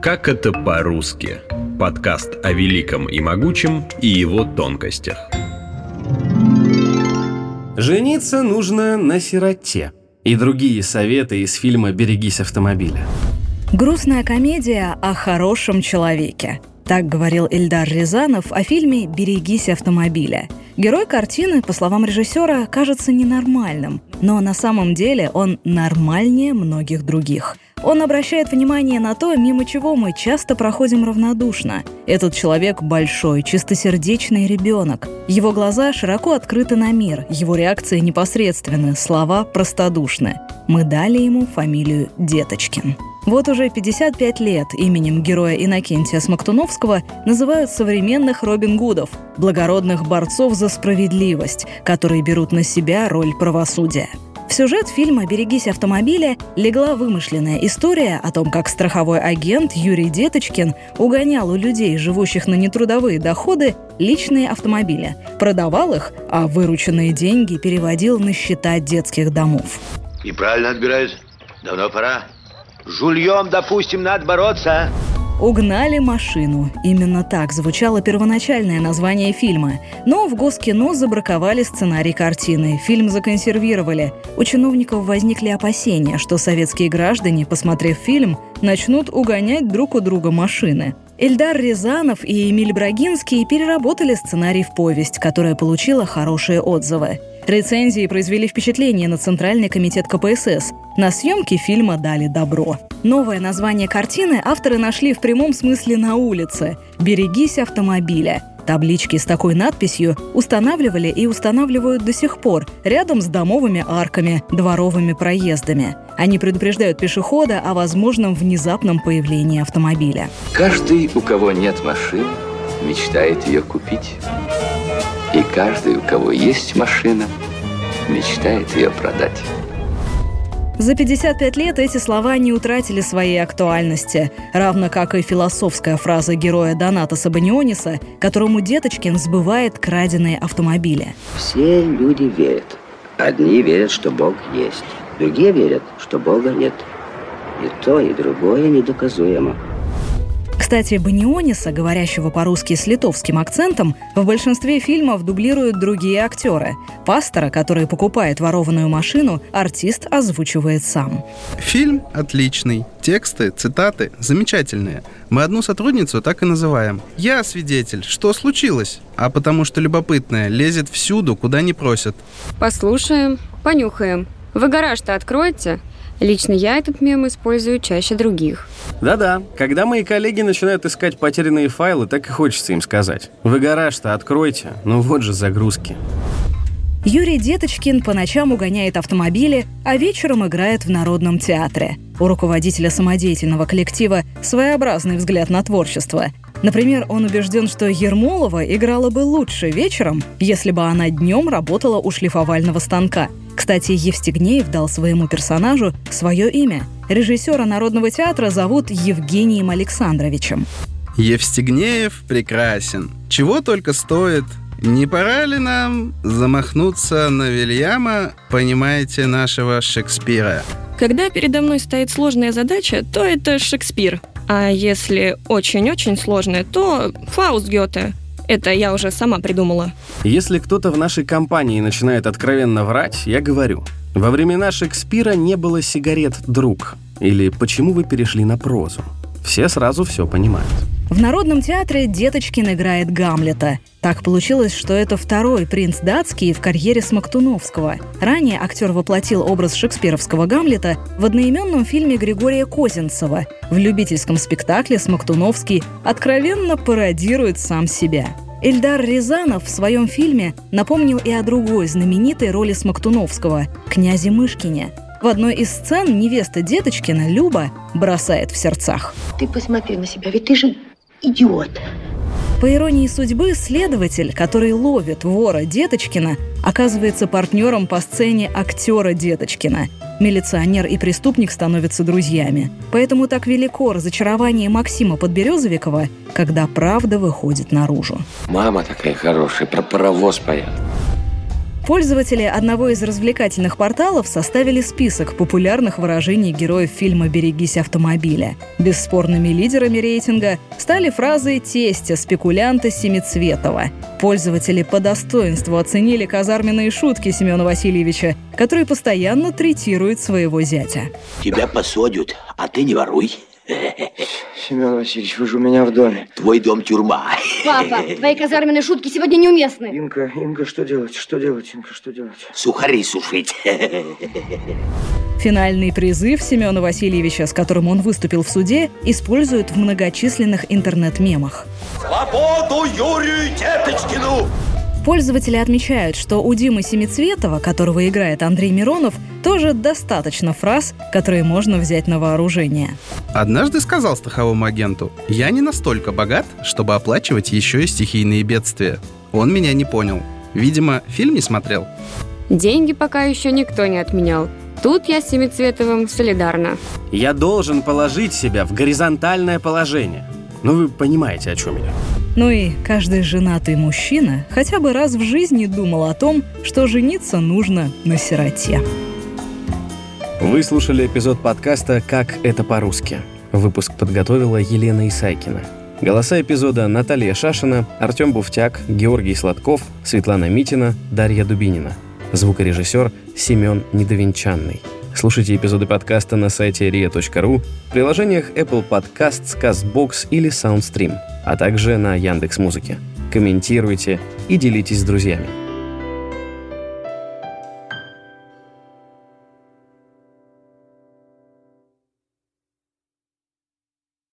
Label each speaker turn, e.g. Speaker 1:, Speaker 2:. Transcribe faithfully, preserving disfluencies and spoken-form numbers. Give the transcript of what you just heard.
Speaker 1: Как это по-русски? Подкаст о великом и могучем и его тонкостях.
Speaker 2: Жениться нужно на сироте. И другие советы из фильма «Берегись автомобиля».
Speaker 3: Грустная комедия о хорошем человеке. Так говорил Эльдар Рязанов о фильме «Берегись автомобиля». Герой картины, по словам режиссера, кажется ненормальным, но на самом деле он нормальнее многих других. Он обращает внимание на то, мимо чего мы часто проходим равнодушно. Этот человек – большой, чистосердечный ребенок. Его глаза широко открыты на мир, его реакции непосредственны, слова простодушны. Мы дали ему фамилию Деточкин. Вот уже пятьдесят пять лет именем героя Иннокентия Смоктуновского называют современных Робин Гудов, благородных борцов за справедливость, которые берут на себя роль правосудия. В сюжет фильма «Берегись автомобиля» легла вымышленная история о том, как страховой агент Юрий Деточкин угонял у людей, живущих на нетрудовые доходы, личные автомобили, продавал их, а вырученные деньги переводил на счета детских домов.
Speaker 4: И правильно отбирают. Давно пора. Жульем, допустим, надо бороться.
Speaker 3: «Угнали машину». Именно так звучало первоначальное название фильма. Но в Госкино забраковали сценарий картины, фильм законсервировали. У чиновников возникли опасения, что советские граждане, посмотрев фильм, начнут угонять друг у друга машины. Эльдар Рязанов и Эмиль Брагинский переработали сценарий в повесть, которая получила хорошие отзывы. Рецензии произвели впечатление на Центральный комитет ка пэ эс эс. На съемки фильма дали добро. Новое название картины авторы нашли в прямом смысле на улице – «Берегись автомобиля». Таблички с такой надписью устанавливали и устанавливают до сих пор рядом с домовыми арками, дворовыми проездами. Они предупреждают пешехода о возможном внезапном появлении автомобиля.
Speaker 5: Каждый, у кого нет машины, мечтает ее купить. И каждый, у кого есть машина, мечтает ее продать.
Speaker 3: За пятьдесят пять лет эти слова не утратили своей актуальности, равно как и философская фраза героя Донатаса Баниониса, которому Деточкин сбывает краденые автомобили.
Speaker 6: Все люди верят. Одни верят, что Бог есть. Другие верят, что Бога нет. И то, и другое недоказуемо.
Speaker 3: Кстати, Баниониса, говорящего по-русски с литовским акцентом, в большинстве фильмов дублируют другие актеры. Пастора, который покупает ворованную машину, артист озвучивает сам.
Speaker 7: Фильм отличный. Тексты, цитаты замечательные. Мы одну сотрудницу так и называем. «Я свидетель. Что случилось?» А потому что любопытная лезет всюду, куда не просят.
Speaker 8: Послушаем, понюхаем. Вы гараж-то откроете? Лично я этот мем использую чаще других.
Speaker 2: Да-да, когда мои коллеги начинают искать потерянные файлы, так и хочется им сказать. Вы гараж-то откройте, ну вот же загрузки.
Speaker 3: Юрий Деточкин по ночам угоняет автомобили, а вечером играет в Народном театре. У руководителя самодеятельного коллектива своеобразный взгляд на творчество. Например, он убежден, что Ермолова играла бы лучше вечером, если бы она днем работала у шлифовального станка. Кстати, Евстигнеев дал своему персонажу свое имя. Режиссера Народного театра зовут Евгением Александровичем.
Speaker 7: Евстигнеев прекрасен. Чего только стоит. Не пора ли нам замахнуться на Вильяма, понимаете, нашего Шекспира?
Speaker 8: Когда передо мной стоит сложная задача, то это Шекспир. А если очень-очень сложная, то Фауст Гёте. Это я уже сама придумала.
Speaker 2: Если кто-то в нашей компании начинает откровенно врать, я говорю: во времена Шекспира не было сигарет, друг. Или почему вы перешли на прозу? Все сразу все понимают.
Speaker 3: В Народном театре Деточкин играет Гамлета. Так получилось, что это второй принц датский в карьере Смоктуновского. Ранее актер воплотил образ шекспировского Гамлета в одноименном фильме Григория Козинцева. В любительском спектакле Смоктуновский откровенно пародирует сам себя. Эльдар Рязанов в своем фильме напомнил и о другой знаменитой роли Смоктуновского – князе Мышкине. В одной из сцен невеста Деточкина, Люба, бросает в сердцах:
Speaker 9: «Ты посмотри на себя, ведь ты же идиот».
Speaker 3: По иронии судьбы, следователь, который ловит вора Деточкина, оказывается партнером по сцене актера Деточкина. Милиционер и преступник становятся друзьями. Поэтому так велико разочарование Максима Подберезовикова, когда правда выходит наружу.
Speaker 5: Мама такая хорошая, про паровоз поет.
Speaker 3: Пользователи одного из развлекательных порталов составили список популярных выражений героев фильма «Берегись автомобиля». Бесспорными лидерами рейтинга стали фразы тестя спекулянта Семицветова. Пользователи по достоинству оценили казарменные шутки Семена Васильевича, который постоянно третирует своего зятя.
Speaker 4: Тебя посадят, а ты не воруй.
Speaker 10: Семен Васильевич, вы же у меня в доме.
Speaker 4: Твой дом тюрьма.
Speaker 9: Папа, твои казарменные шутки сегодня неуместны.
Speaker 10: Инка, Инка, что делать? Что делать, Инка, что делать?
Speaker 4: Сухари сушить.
Speaker 3: Финальный призыв Семена Васильевича, с которым он выступил в суде, используют в многочисленных интернет-мемах.
Speaker 4: Свободу Юрию Теточкину!
Speaker 3: Пользователи отмечают, что у Димы Семицветова, которого играет Андрей Миронов, тоже достаточно фраз, которые можно взять на вооружение.
Speaker 7: Однажды сказал страховому агенту: «Я не настолько богат, чтобы оплачивать еще и стихийные бедствия». Он меня не понял. Видимо, фильм не смотрел.
Speaker 11: Деньги пока еще никто не отменял. Тут я с Семицветовым солидарна.
Speaker 2: Я должен положить себя в горизонтальное положение. Ну, вы понимаете, о чем я.
Speaker 3: Ну и каждый женатый мужчина хотя бы раз в жизни думал о том, что жениться нужно на сироте.
Speaker 2: Вы слушали эпизод подкаста «Как это по-русски». Выпуск подготовила Елена Исайкина. Голоса эпизода: Наталья Шашина, Артем Буфтяк, Георгий Сладков, Светлана Митина, Дарья Дубинина. Звукорежиссер Семен Недовенчанный. Слушайте эпизоды подкаста на сайте риа точка ру, в приложениях Apple Podcasts, CastBox или SoundStream, а также на Яндекс.Музыке. Комментируйте и делитесь с друзьями.